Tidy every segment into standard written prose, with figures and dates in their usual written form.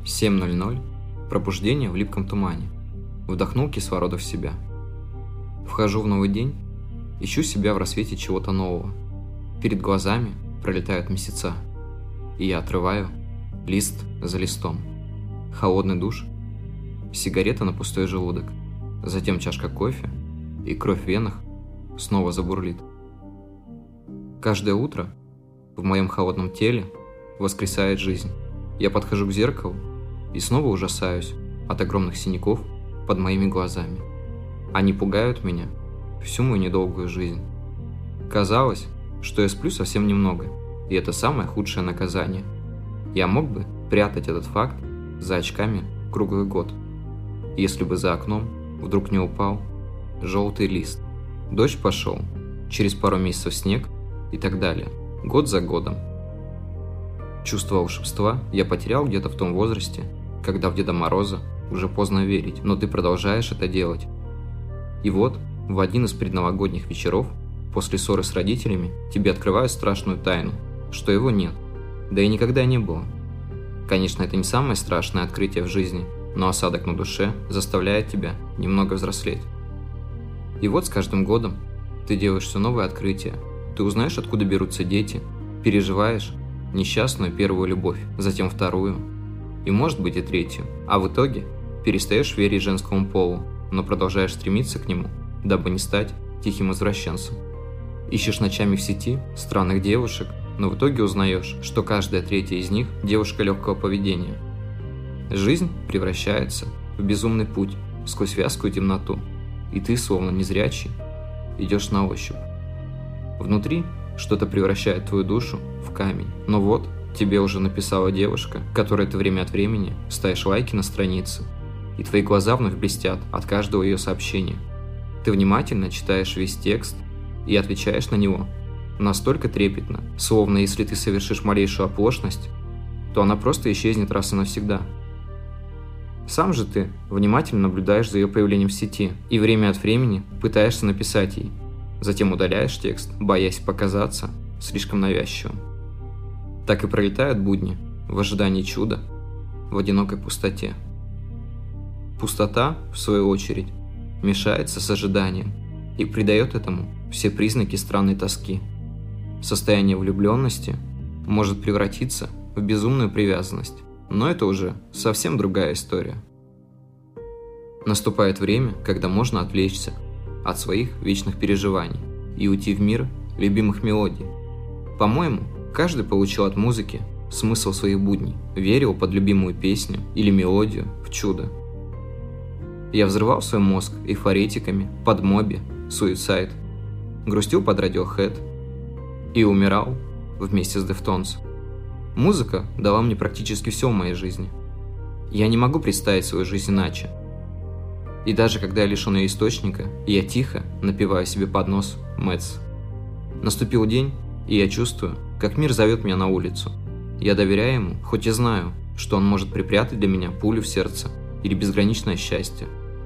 7:00. Пробуждение в липком тумане. Вдохнул кислорода в себя. Вхожу в новый день, ищу себя в рассвете чего-то нового. Перед глазами пролетают месяца, и я отрываю лист за листом. Холодный душ, сигарета на пустой желудок, затем чашка кофе, и кровь в венах снова забурлит. Каждое утро в моем холодном теле воскресает жизнь. Я подхожу к зеркалу и снова ужасаюсь от огромных синяков под моими глазами. Они пугают меня всю мою недолгую жизнь. Казалось, что я сплю совсем немного, и это самое худшее наказание. Я мог бы прятать этот факт за очками круглый год, если бы за окном вдруг не упал желтый лист. Дождь пошел, через пару месяцев снег и так далее, год за годом. Чувство волшебства я потерял где-то в том возрасте, когда в Деда Мороза уже поздно верить, но ты продолжаешь это делать. И вот, в один из предновогодних вечеров, после ссоры с родителями, тебе открывают страшную тайну, что его нет, да и никогда не было. Конечно, это не самое страшное открытие в жизни, но осадок на душе заставляет тебя немного взрослеть. И вот с каждым годом ты делаешь все новые открытия, ты узнаешь, откуда берутся дети, переживаешь несчастную первую любовь, затем вторую, и может быть и третью, а в итоге перестаешь верить женскому полу, но продолжаешь стремиться к нему, дабы не стать тихим извращенцем. Ищешь ночами в сети странных девушек, но в итоге узнаешь, что каждая третья из них – девушка легкого поведения. Жизнь превращается в безумный путь сквозь вязкую темноту, и ты, словно незрячий, идешь на ощупь. Внутри что-то превращает твою душу в камень, но вот тебе уже написала девушка, которой ты время от времени ставишь лайки на странице, и твои глаза вновь блестят от каждого ее сообщения. Ты внимательно читаешь весь текст и отвечаешь на него настолько трепетно, словно если ты совершишь малейшую оплошность, то она просто исчезнет раз и навсегда. Сам же ты внимательно наблюдаешь за ее появлением в сети и время от времени пытаешься написать ей, затем удаляешь текст, боясь показаться слишком навязчивым. Так и пролетают будни в ожидании чуда в одинокой пустоте. Пустота, в свою очередь, мешается с ожиданием и придает этому все признаки странной тоски. Состояние влюбленности может превратиться в безумную привязанность, но это уже совсем другая история. Наступает время, когда можно отвлечься от своих вечных переживаний и уйти в мир любимых мелодий. По-моему, каждый получил от музыки смысл своих будней, верил под любимую песню или мелодию в чудо. Я взрывал свой мозг эйфоретиками под Моби, Suicide, грустил под Radiohead и умирал вместе с Deftones. Музыка дала мне практически все в моей жизни. Я не могу представить свою жизнь иначе. И даже когда я лишен ее источника, я тихо напеваю себе под нос Мэтс. Наступил день, и я чувствую, как мир зовет меня на улицу. Я доверяю ему, хоть и знаю, что он может припрятать для меня пулю в сердце или безграничное счастье.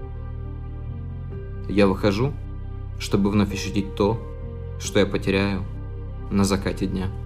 Я выхожу, чтобы вновь ощутить то, что я потеряю на закате дня.